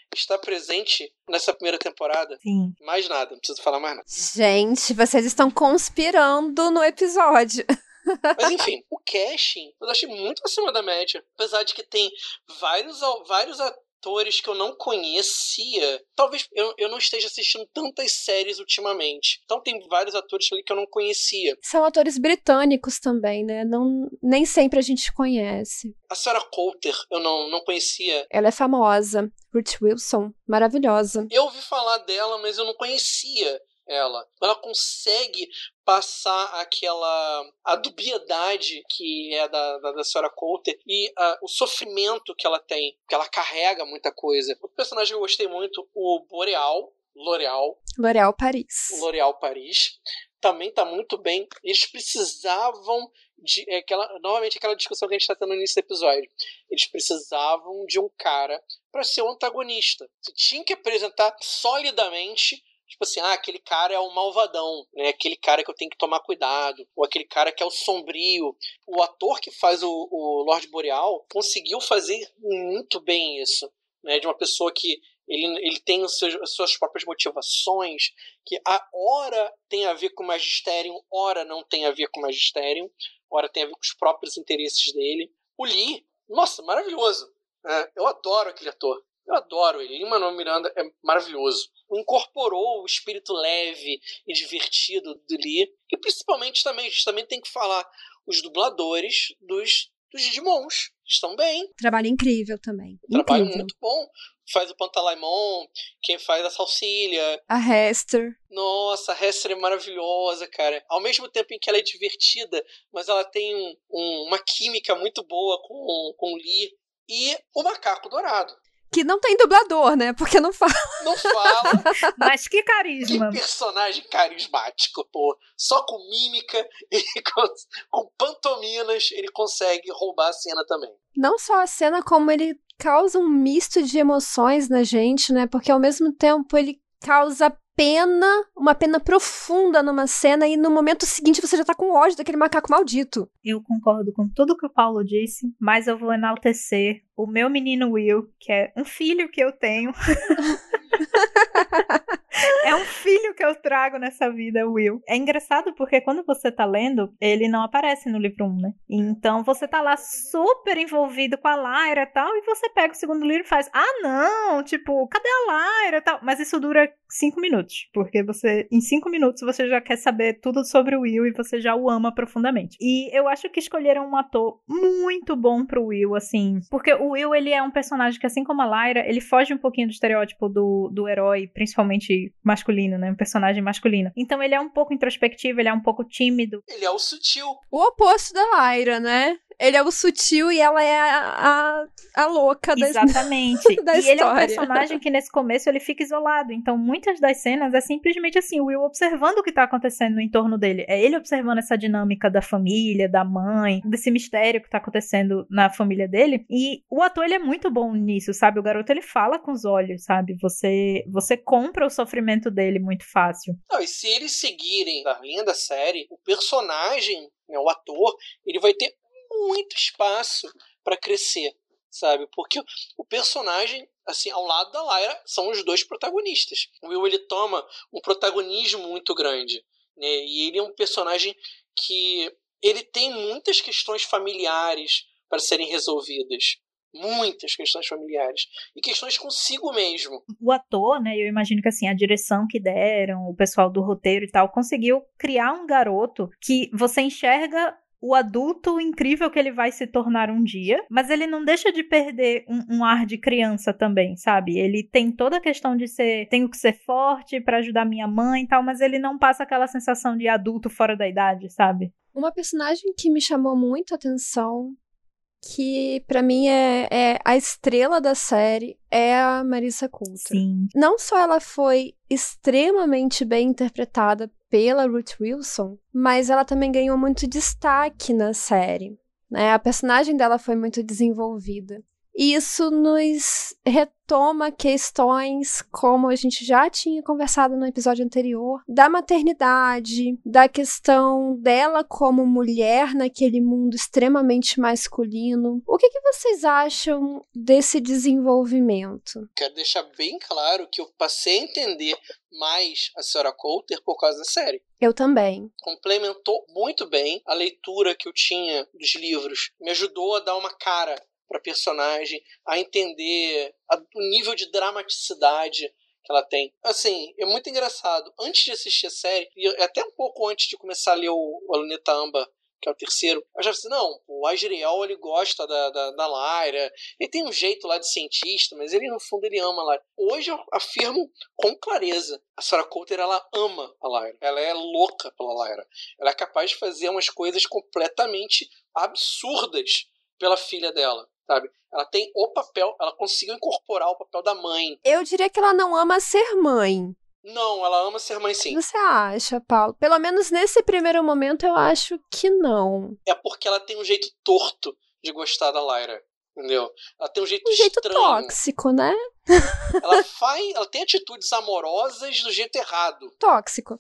está presente nessa primeira temporada. Sim. Mais nada, não preciso falar mais nada. Gente, vocês estão conspirando no episódio. Mas enfim, o casting eu achei muito acima da média. Apesar de que tem vários, vários atores que eu não conhecia. Talvez eu, eu não esteja assistindo tantas séries ultimamente. Então tem vários atores ali que eu não conhecia. São atores britânicos também, né? Não, nem sempre a gente conhece. A Sarah Coulter eu não, não conhecia. Ela é famosa. Ruth Wilson, maravilhosa. Eu ouvi falar dela, mas eu não conhecia ela. Ela consegue passar aquela a dubiedade que é da, da, da Sarah Coulter e uh, o sofrimento que ela tem, que ela carrega muita coisa. O personagem que eu gostei muito, o Boreal, L'Oréal. L'Oréal Paris. L'Oréal Paris. Também tá muito bem. Eles precisavam de é, aquela, novamente aquela discussão que a gente está tendo no início do episódio. Eles precisavam de um cara para ser o antagonista. Você tinha que apresentar solidamente. Tipo assim, ah, aquele cara é o malvadão, né? Aquele cara que eu tenho que tomar cuidado, ou aquele cara que é o sombrio. O ator que faz o, o Lord Boreal conseguiu fazer muito bem isso, né? De uma pessoa que ele, ele tem os seus, as suas próprias motivações, que a hora tem a ver com o magistério, hora não tem a ver com o magistério, hora tem a ver com os próprios interesses dele. O Lee, nossa, maravilhoso, né? Eu adoro aquele ator. Eu adoro ele. Lin-Manuel Miranda é maravilhoso. Incorporou o espírito leve e divertido do Lee. E principalmente também, a gente também tem que falar os dubladores dos, dos Digimons. Estão bem. Trabalho incrível também. Trabalho incrível. muito bom. Faz o Pantalaimon, quem faz a Salsília. A Hester. Nossa, a Hester é maravilhosa, cara. Ao mesmo tempo em que ela é divertida, mas ela tem um, um, uma química muito boa com, com o Lee. E o Macaco Dourado. Que não tem dublador, né? Porque não fala. Não fala. Mas que carisma. Que personagem carismático, pô. Só com mímica e com, com pantominas ele consegue roubar a cena também. Não só a cena, como ele causa um misto de emoções na gente, né? Porque ao mesmo tempo ele causa pena, uma pena profunda numa cena e no momento seguinte você já tá com ódio daquele macaco maldito. Eu concordo com tudo que o Paulo disse, mas eu vou enaltecer o meu menino Will, que é um filho que eu tenho. É um filho que eu trago nessa vida, Will. É engraçado porque quando você tá lendo, ele não aparece no livro um, né? Então você tá lá super envolvido com a Lyra e tal, e você pega o segundo livro e faz, ah não, tipo, cadê a Lyra e tal? Mas isso dura cinco minutos, porque você, em cinco minutos você já quer saber tudo sobre o Will e você já o ama profundamente. E eu acho que escolheram um ator muito bom pro Will, assim, porque o Will, ele é um personagem que, assim como a Lyra, ele foge um pouquinho do estereótipo do, do herói, principalmente masculino, né? Um personagem masculino. Então ele é um pouco introspectivo, ele é um pouco tímido. Ele é o sutil. O oposto da Lyra, né? Ele é o sutil e ela é a, a, a louca da, Exatamente. da e história. ele é um personagem que nesse começo ele fica isolado. Então muitas das cenas é simplesmente assim, o Will observando o que tá acontecendo no entorno dele. É ele observando essa dinâmica da família, da mãe, desse mistério que tá acontecendo na família dele. E o ator, ele é muito bom nisso, sabe? O garoto, ele fala com os olhos, sabe? Você, você compra o sofrimento dele muito fácil. Não, e se eles seguirem a linha da série, o personagem, né, o ator, ele vai ter muito espaço para crescer, sabe? Porque o personagem, assim, ao lado da Lyra, são os dois protagonistas. O Will, ele toma um protagonismo muito grande, né? E ele é um personagem que ele tem muitas questões familiares para serem resolvidas. Muitas questões familiares. E questões consigo mesmo. O ator, né, eu imagino que assim, a direção que deram, o pessoal do roteiro e tal, conseguiu criar um garoto que você enxerga o adulto incrível que ele vai se tornar um dia, mas ele não deixa de perder um, um ar de criança também, sabe? Ele tem toda a questão de ser, tenho que ser forte pra ajudar minha mãe e tal, mas ele não passa aquela sensação de adulto fora da idade, sabe? Uma personagem que me chamou muito a atenção, que pra mim é, é a estrela da série, é a Marissa Coulter. Sim. Não só ela foi extremamente bem interpretada pela Ruth Wilson, mas ela também ganhou muito destaque na série, né? A personagem dela foi muito desenvolvida. isso nos retoma questões, como a gente já tinha conversado no episódio anterior, da maternidade, da questão dela como mulher naquele mundo extremamente masculino. O que, que vocês acham desse desenvolvimento? Quero deixar bem claro que eu passei a entender mais a senhora Coulter por causa da série. Eu também. Complementou muito bem a leitura que eu tinha dos livros. Me ajudou a dar uma cara para personagem, a entender a, o nível de dramaticidade que ela tem. Assim, é muito engraçado. Antes de assistir a série, e até um pouco antes de começar a ler o, o Luneta Amba, que é o terceiro, eu já pensei, não, o Azriel, ele gosta da, da, da Lyra, ele tem um jeito lá de cientista, mas ele, no fundo, ele ama a Lyra. Hoje eu afirmo com clareza, a Sarah Coulter, ela ama a Lyra. Ela é louca pela Lyra. Ela é capaz de fazer umas coisas completamente absurdas pela filha dela, sabe? Ela tem o papel, ela conseguiu incorporar o papel da mãe. Eu diria que ela não ama ser mãe. Não, ela ama ser mãe sim. Você acha, Paulo? Pelo menos nesse primeiro momento eu acho que não. É porque ela tem um jeito torto de gostar da Lyra, entendeu? Ela tem um jeito Um jeito estranho. tóxico, né? Ela faz, ela tem atitudes amorosas do jeito errado. Tóxico.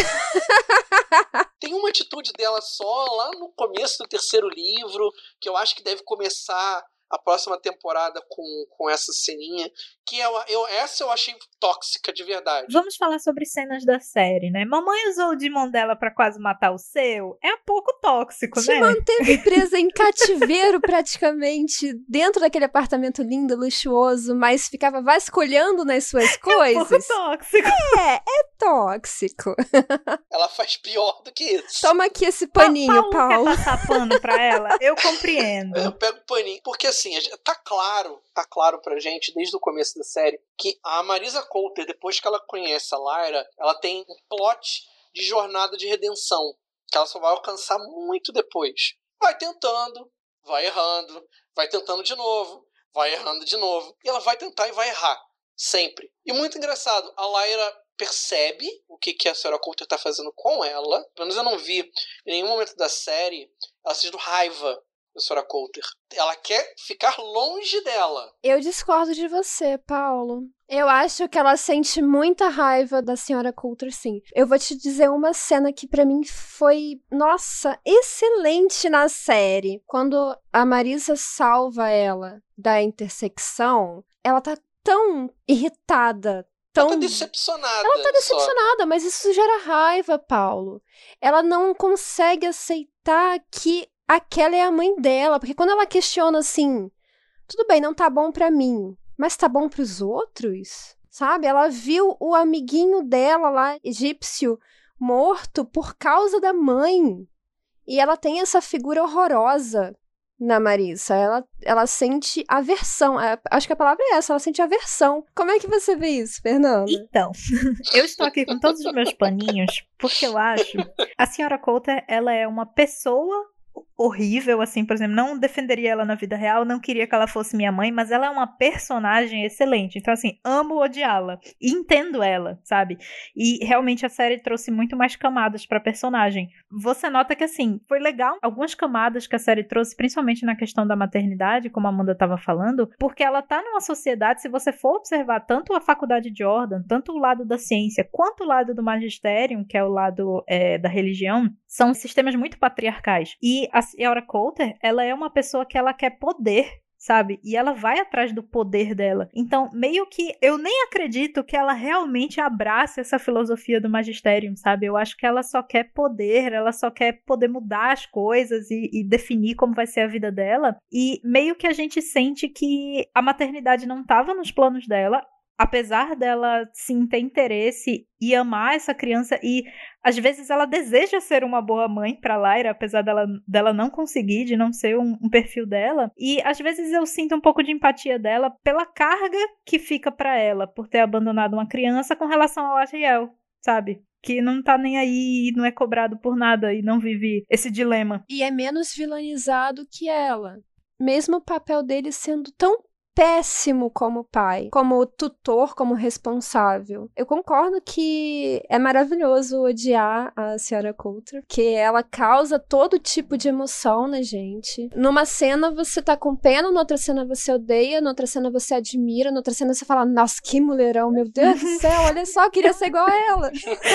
Tem uma atitude dela só lá no começo do terceiro livro, que eu acho que deve começar a próxima temporada com, com essa ceninha, que eu, eu, essa eu achei tóxica de verdade. Vamos falar sobre cenas da série, né? Mamãe usou o Demon dela pra quase matar o seu. É um pouco tóxico, Te né? manteve presa em cativeiro praticamente, dentro daquele apartamento lindo, luxuoso, mas ficava vasculhando nas suas coisas. É um pouco tóxico. É, é tóxico. Ela faz pior do que isso. Toma aqui esse paninho, Paulo. Paulo. Quer passar pano pra ela? Eu compreendo. Eu pego o paninho. Porque assim, tá claro, tá claro pra gente, desde o começo da série, que a Marisa Coulter, depois que ela conhece a Lyra, ela tem um plot de jornada de redenção, que ela só vai alcançar muito depois. Vai tentando, vai errando, vai tentando de novo, vai errando de novo. E ela vai tentar e vai errar. Sempre. E muito engraçado, a Lyra percebe o que, que a senhora Coulter tá fazendo com ela. Pelo menos eu não vi em nenhum momento da série ela sentindo raiva da senhora Coulter. Ela quer ficar longe dela. Eu discordo de você, Paulo. Eu acho que ela sente muita raiva da senhora Coulter, sim. Eu vou te dizer uma cena que pra mim foi, nossa, excelente na série. Quando a Marisa salva ela da intersecção, ela tá tão irritada, tão... Ela tá decepcionada. Ela tá decepcionada, só. Mas isso gera raiva, Paulo. Ela não consegue aceitar que aquela é a mãe dela, porque quando ela questiona assim, tudo bem, não tá bom pra mim, mas tá bom pros outros, sabe? Ela viu o amiguinho dela lá, egípcio, morto por causa da mãe. E ela tem essa figura horrorosa na Marisa. Ela, ela sente aversão. Acho que a palavra é essa, ela sente aversão. Como é que você vê isso, Fernanda? Então, eu estou aqui com todos os meus paninhos, porque eu acho a senhora Coulter, ela é uma pessoa horrível, assim, por exemplo, não defenderia ela na vida real, não queria que ela fosse minha mãe, mas ela é uma personagem excelente, então assim, amo odiá-la, e entendo ela, sabe, e realmente a série trouxe muito mais camadas pra personagem. Você nota que assim, foi legal algumas camadas que a série trouxe, principalmente na questão da maternidade, como a Amanda tava falando, porque ela tá numa sociedade, se você for observar tanto a faculdade de Jordan, tanto o lado da ciência, quanto o lado do magistério, que é o lado é, da religião, são sistemas muito patriarcais, e a senhora Coulter, ela é uma pessoa que ela quer poder, sabe? E ela vai atrás do poder dela. Então, meio que eu nem acredito que ela realmente abrace essa filosofia do magistério, sabe? Eu acho que ela só quer poder, ela só quer poder mudar as coisas e, e definir como vai ser a vida dela. E meio que a gente sente que a maternidade não estava nos planos dela, apesar dela sim ter interesse e amar essa criança, e às vezes ela deseja ser uma boa mãe pra Lyra, apesar dela, dela não conseguir, de não ser um, um perfil dela, e às vezes eu sinto um pouco de empatia dela pela carga que fica pra ela, por ter abandonado uma criança com relação ao Azriel, sabe? Que não tá nem aí, não é cobrado por nada e não vive esse dilema. E é menos vilanizado que ela. Mesmo o papel dele sendo tão péssimo como pai, como tutor, como responsável. Eu concordo que é maravilhoso odiar a senhora Coulter, que ela causa todo tipo de emoção na gente. Numa cena você tá com pena, noutra cena você odeia, noutra cena você admira, noutra cena você fala, nossa, que mulherão, meu Deus do céu, olha só, eu queria ser igual a ela.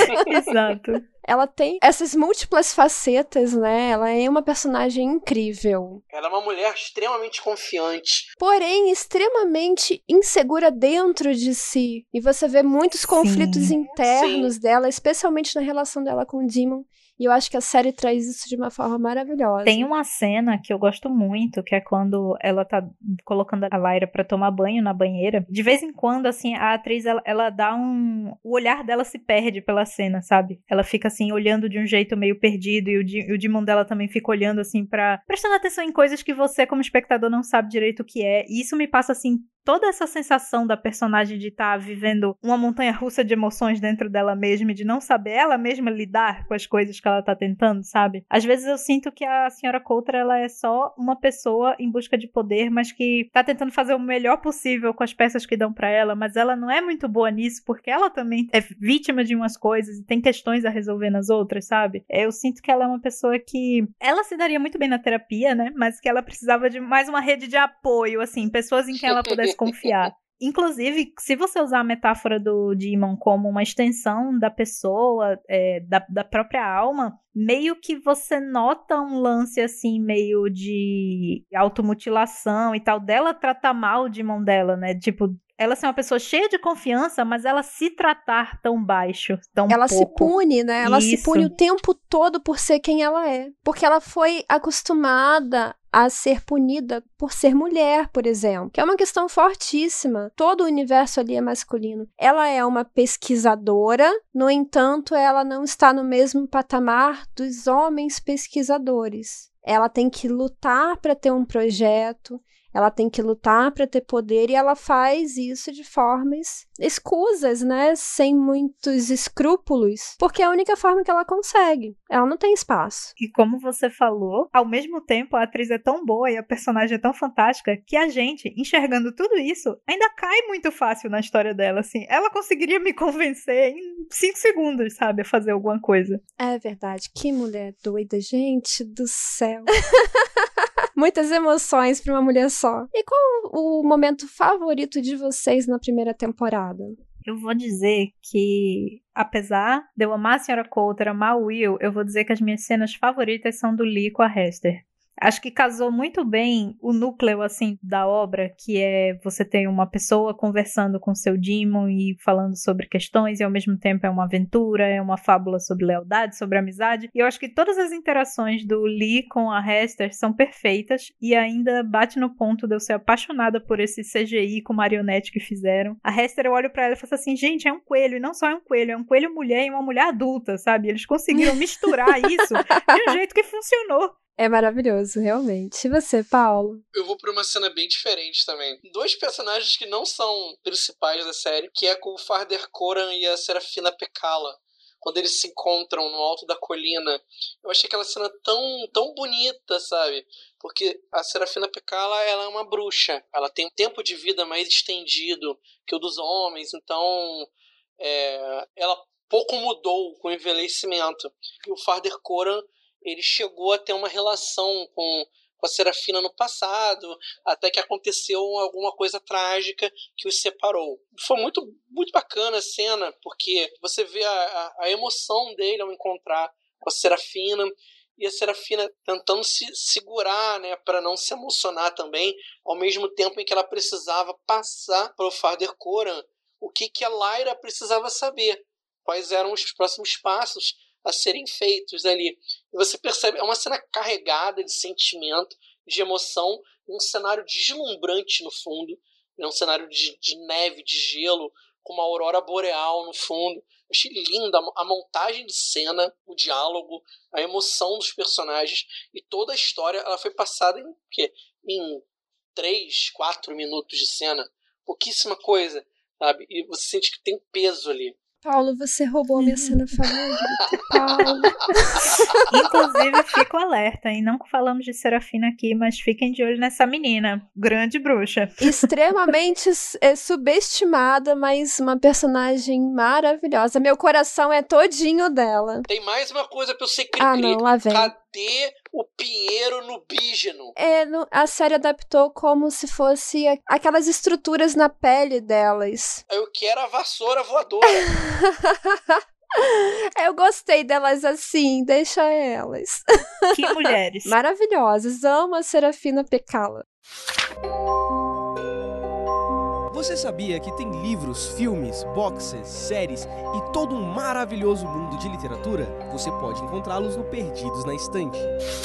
Exato. Ela tem essas múltiplas facetas, né? Ela é uma personagem incrível. Ela é uma mulher extremamente confiante. Porém, extremamente insegura dentro de si. E você vê muitos Sim. conflitos internos Sim. dela, especialmente na relação dela com o Demon. E eu acho que a série traz isso de uma forma maravilhosa. Tem uma cena que eu gosto muito, que é quando ela tá colocando a Lyra pra tomar banho na banheira. De vez em quando, assim, a atriz, ela, ela dá um... O olhar dela se perde pela cena, sabe? Ela fica, assim, olhando de um jeito meio perdido e o, Di- o Demon dela também fica olhando, assim, pra... prestando atenção em coisas que você, como espectador, não sabe direito o que é. E isso me passa, assim, toda essa sensação da personagem de estar vivendo uma montanha-russa de emoções dentro dela mesma e de não saber ela mesma lidar com as coisas que ela tá tentando, sabe? Às vezes eu sinto que a senhora Coulter, ela é só uma pessoa em busca de poder, mas que tá tentando fazer o melhor possível com as peças que dão pra ela, mas ela não é muito boa nisso, porque ela também é vítima de umas coisas e tem questões a resolver nas outras, sabe? Eu sinto que ela é uma pessoa que... ela se daria muito bem na terapia, né? Mas que ela precisava de mais uma rede de apoio, assim, pessoas em quem ela pudesse confiar. Inclusive, se você usar a metáfora do Demon como uma extensão da pessoa, é, da, da própria alma, meio que você nota um lance, assim, meio de automutilação e tal, dela tratar mal o Demon dela, né? Tipo, ela ser uma pessoa cheia de confiança, mas ela se tratar tão baixo, tão Ela pouco. se pune, né? Ela se Isso. pune o tempo todo por ser quem ela é. Porque ela foi acostumada a ser punida por ser mulher, por exemplo. Que é uma questão fortíssima. Todo o universo ali é masculino. Ela é uma pesquisadora, no entanto, ela não está no mesmo patamar dos homens pesquisadores. Ela tem que lutar para ter um projeto, ela tem que lutar para ter poder e ela faz isso de formas escusas, né? Sem muitos escrúpulos, porque é a única forma que ela consegue. Ela não tem espaço. E como você falou, ao mesmo tempo a atriz é tão boa e a personagem é tão fantástica que a gente, enxergando tudo isso, ainda cai muito fácil na história dela, assim. Ela conseguiria me convencer em cinco segundos, sabe, a fazer alguma coisa. É verdade. Que mulher doida, gente do céu. Muitas emoções para uma mulher só. E qual o momento favorito de vocês na primeira temporada? Eu vou dizer que, apesar de eu amar a senhora Coulter, amar o Will, eu vou dizer que as minhas cenas favoritas são do Lee com a Hester. Acho que casou muito bem o núcleo, assim, da obra, que é você ter uma pessoa conversando com seu Demon e falando sobre questões, e ao mesmo tempo é uma aventura, é uma fábula sobre lealdade, sobre amizade. E eu acho que todas as interações do Lee com a Hester são perfeitas, e ainda bate no ponto de eu ser apaixonada por esse C G I com marionete que fizeram. A Hester, eu olho pra ela e falo assim, gente, é um coelho, e não só é um coelho, é um coelho mulher e uma mulher adulta, sabe? Eles conseguiram misturar isso de um jeito que funcionou. É maravilhoso, realmente. E você, Paulo? Eu vou pra uma cena bem diferente também. Dois personagens que não são principais da série, que é com o Father Coran e a Serafina Pekkala. Quando eles se encontram no alto da colina. Eu achei aquela cena tão, tão bonita, sabe? Porque a Serafina Pekkala, ela é uma bruxa. Ela tem um tempo de vida mais estendido que o dos homens. Então, é, ela pouco mudou com o envelhecimento. E o Father Coran, ele chegou a ter uma relação com, com a Serafina no passado, até que aconteceu alguma coisa trágica que os separou. Foi muito, muito bacana a cena, porque você vê a, a, a emoção dele ao encontrar com a Serafina, e a Serafina tentando se segurar, né, para não se emocionar também, ao mesmo tempo em que ela precisava passar para o Father Coran o que, que a Lyra precisava saber, quais eram os próximos passos a serem feitos ali. E você percebe, é uma cena carregada de sentimento, de emoção, um cenário deslumbrante no fundo, né? Um cenário de, de neve, de gelo, com uma aurora boreal no fundo. Eu achei linda a montagem de cena, o diálogo, a emoção dos personagens, e toda a história ela foi passada em, quê? em três, quatro minutos de cena. Pouquíssima coisa, sabe? E você sente que tem peso ali. Paulo, você roubou a minha cena favorita, Paulo. Inclusive, fico alerta, hein? Não falamos de Serafina aqui, mas fiquem de olho nessa menina. Grande bruxa. Extremamente subestimada, mas uma personagem maravilhosa. Meu coração é todinho dela. Tem mais uma coisa pra eu ser cri-cri. Ah, não, lá vem. Cadê o pinheiro nubígeno? É, no, a série adaptou como se fosse a, aquelas estruturas na pele delas. Eu quero a vassoura voadora. Eu gostei delas assim, deixa elas. Que mulheres. Maravilhosas, amo a Serafina Pekkala. Você sabia que tem livros, filmes, boxes, séries e todo um maravilhoso mundo de literatura? Você pode encontrá-los no Perdidos na Estante.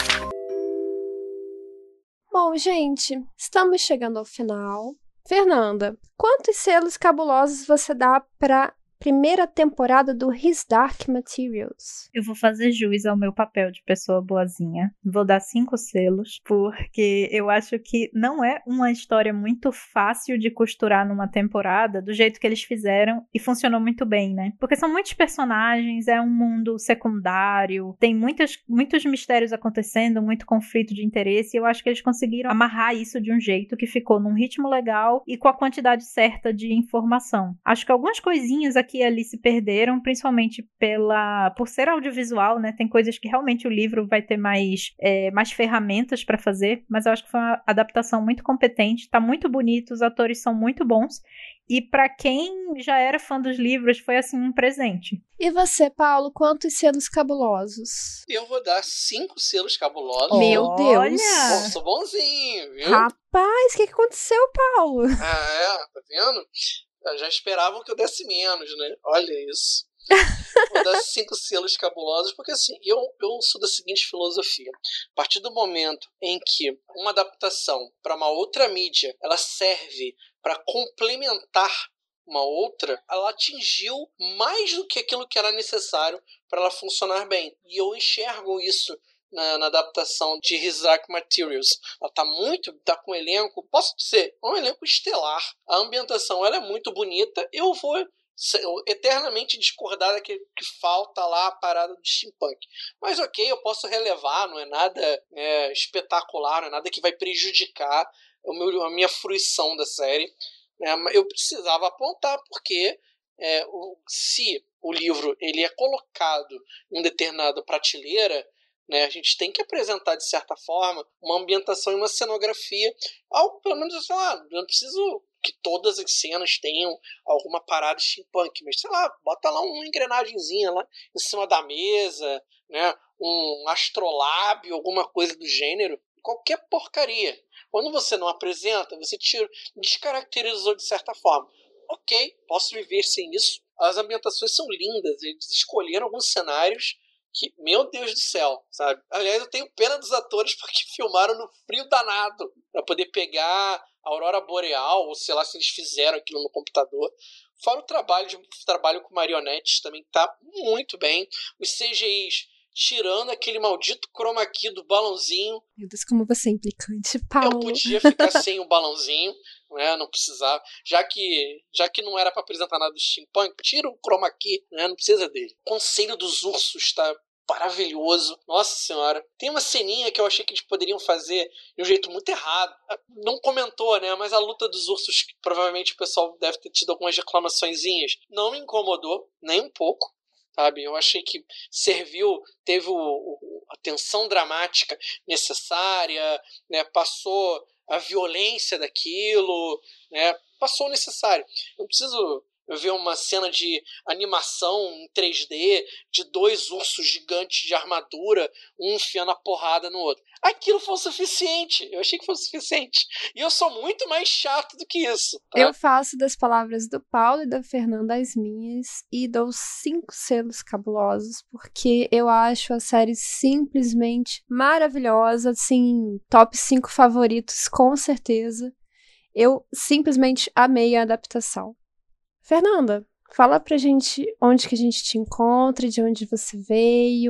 Bom, gente, estamos chegando ao final. Fernanda, quantos selos cabulosos você dá para primeira temporada do His Dark Materials? Eu vou fazer jus ao meu papel de pessoa boazinha. Vou dar cinco selos, porque eu acho que não é uma história muito fácil de costurar numa temporada, do jeito que eles fizeram, e funcionou muito bem, né? Porque são muitos personagens, é um mundo secundário, tem muitas, muitos mistérios acontecendo, muito conflito de interesse, e eu acho que eles conseguiram amarrar isso de um jeito que ficou num ritmo legal e com a quantidade certa de informação. Acho que algumas coisinhas aqui que ali se perderam, principalmente pela, por ser audiovisual, né? Tem coisas que realmente o livro vai ter mais, é, mais ferramentas para fazer, mas eu acho que foi uma adaptação muito competente, tá muito bonito, os atores são muito bons, e para quem já era fã dos livros, foi assim um presente. E você, Paulo, quantos selos cabulosos? Eu vou dar cinco selos cabulosos. Meu Deus! Bom, sou bonzinho, viu? Rapaz, o que, que aconteceu, Paulo? Ah, é? Tá vendo? Já esperavam que eu desse menos, né? Olha isso. Vou dar cinco selos cabulosos, porque assim, eu, eu sou da seguinte filosofia. A partir do momento em que uma adaptação para uma outra mídia, ela serve para complementar uma outra, ela atingiu mais do que aquilo que era necessário para ela funcionar bem. E eu enxergo isso Na, na adaptação de His Dark Materials. Ela tá muito, tá com um elenco, posso dizer, um elenco estelar. A ambientação, ela é muito bonita. Eu vou eternamente discordar daquele que falta lá a parada do steampunk. Mas ok, eu posso relevar, não é nada é, espetacular, não é nada que vai prejudicar o meu, a minha fruição da série. Né? Eu precisava apontar, porque é, o, se o livro ele é colocado em determinada prateleira, né, a gente tem que apresentar, de certa forma, uma ambientação e uma cenografia, algo pelo menos, sei lá, eu não preciso que todas as cenas tenham alguma parada steampunk, mas sei lá, bota lá uma engrenagemzinha lá em cima da mesa, né, um astrolábio, alguma coisa do gênero, qualquer porcaria. Quando você não apresenta, você tira, descaracterizou de certa forma. Ok, posso viver sem isso. As ambientações são lindas, eles escolheram alguns cenários que, meu Deus do céu, sabe? Aliás, eu tenho pena dos atores porque filmaram no frio danado para poder pegar a aurora boreal, ou sei lá se eles fizeram aquilo no computador. Fora o trabalho, de, o trabalho com marionetes também tá muito bem. Os C G Is tirando aquele maldito chroma key do balãozinho. Meu Deus, como você é implicante, Paulo. Eu podia ficar sem o balãozinho, né? Não precisava. Já que, já que não era para apresentar nada do steampunk, tira o chroma key, né? Não precisa dele. O Conselho dos Ursos tá maravilhoso. Nossa senhora. Tem uma ceninha que eu achei que eles poderiam fazer de um jeito muito errado. Não comentou, né? Mas a luta dos ursos, que provavelmente o pessoal deve ter tido algumas reclamaçõezinhas, não me incomodou nem um pouco. Sabe? Eu achei que serviu, teve o, o, a tensão dramática necessária, né? Passou a violência daquilo, né? Passou o necessário. Eu preciso ver uma cena de animação em três D de dois ursos gigantes de armadura, um enfiando a porrada no outro. Aquilo foi o suficiente. Eu achei que foi o suficiente. E eu sou muito mais chato do que isso. Tá? Eu faço das palavras do Paulo e da Fernanda as minhas e dou cinco selos cabulosos, porque eu acho a série simplesmente maravilhosa, assim, top cinco favoritos, com certeza. Eu simplesmente amei a adaptação. Fernanda, fala pra gente onde que a gente te encontra, de onde você veio.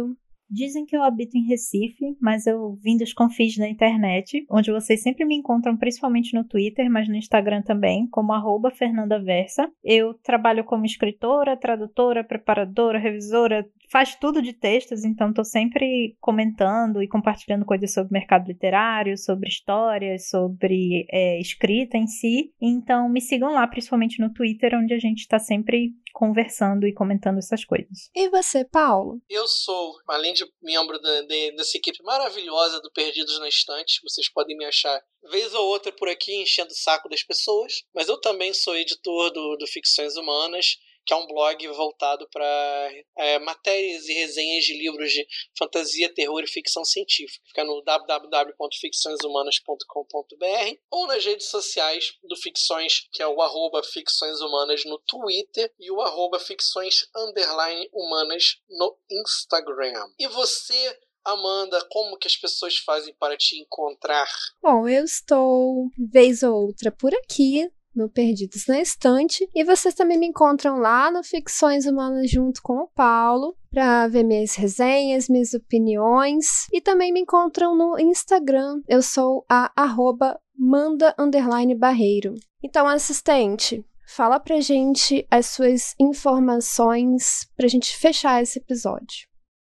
Dizem que eu habito em Recife, mas eu vim dos confins da internet, onde vocês sempre me encontram principalmente no Twitter, mas no Instagram também, como arroba fernandaversa. Eu trabalho como escritora, tradutora, preparadora, revisora, faz tudo de textos, então estou sempre comentando e compartilhando coisas sobre mercado literário, sobre histórias, sobre é, escrita em si. Então me sigam lá, principalmente no Twitter, onde a gente está sempre conversando e comentando essas coisas. E você, Paulo? Eu sou, além de membro da, de, dessa equipe maravilhosa do Perdidos na Estante, vocês podem me achar vez ou outra por aqui enchendo o saco das pessoas, mas eu também sou editor do, do Ficções Humanas, que é um blog voltado para é, matérias e resenhas de livros de fantasia, terror e ficção científica. Fica no w w w ponto ficções humanas ponto com ponto b r ou nas redes sociais do Ficções, que é o arroba Ficções Humanas no Twitter e o arroba Ficções underline Humanas no Instagram. E você, Amanda, como que as pessoas fazem para te encontrar? Bom, eu estou vez ou outra por aqui, no Perdidos na Estante, e vocês também me encontram lá no Ficções Humanas junto com o Paulo, para ver minhas resenhas, minhas opiniões, e também me encontram no Instagram, eu sou a arroba manda underline barreiro. Então, assistente, fala pra gente as suas informações pra gente fechar esse episódio.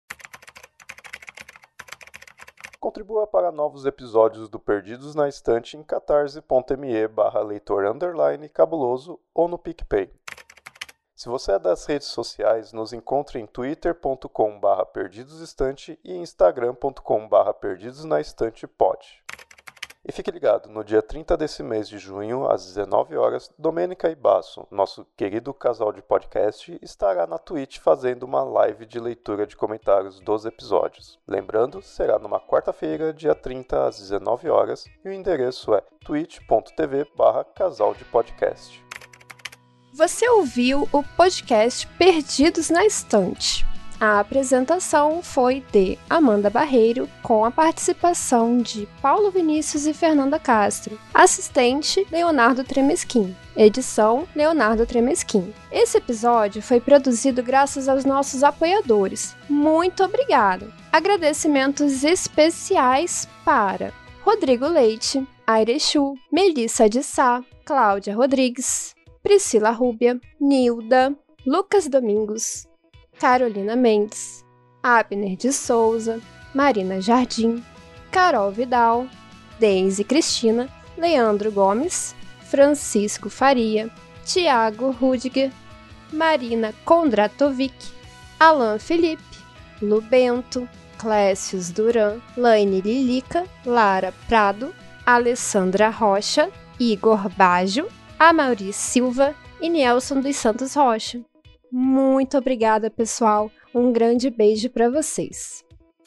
Contribua para novos episódios do Perdidos na Estante em catarse.me barra leitor underline cabuloso ou no PicPay. Se você é das redes sociais, nos encontre em twitter ponto com barra perdidosestante e instagram ponto com barra perdidosnaestantepod. E fique ligado, no dia trinta desse mês de junho, às dezenove horas, Domênica e Basso, nosso querido casal de podcast, estará na Twitch fazendo uma live de leitura de comentários dos episódios. Lembrando, será numa quarta-feira, dia trinta, às dezenove horas, e o endereço é twitch ponto tv barra casal de podcast. Você ouviu o podcast Perdidos na Estante. A apresentação foi de Amanda Barreiro, com a participação de Paulo Vinícius e Fernanda Castro. Assistente, Leonardo Tremesquim. Edição, Leonardo Tremesquim. Esse episódio foi produzido graças aos nossos apoiadores. Muito obrigado! Agradecimentos especiais para Rodrigo Leite, Airechu, Melissa de Sá, Cláudia Rodrigues, Priscila Rúbia, Nilda, Lucas Domingos, Carolina Mendes, Abner de Souza, Marina Jardim, Carol Vidal, Deise Cristina, Leandro Gomes, Francisco Faria, Tiago Rudiger, Marina Kondratovic, Alan Felipe, Lu Bento, Clécius Duran, Laine Lilica, Lara Prado, Alessandra Rocha, Igor Baggio, Amaury Silva e Nelson dos Santos Rocha. Muito obrigada, pessoal. Um grande beijo para vocês.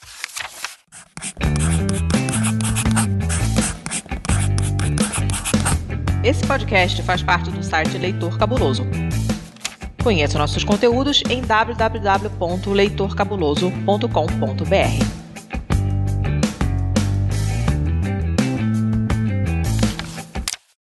Esse podcast faz parte do site Leitor Cabuloso. Conheça nossos conteúdos em w w w ponto leitor cabuloso ponto com ponto b r.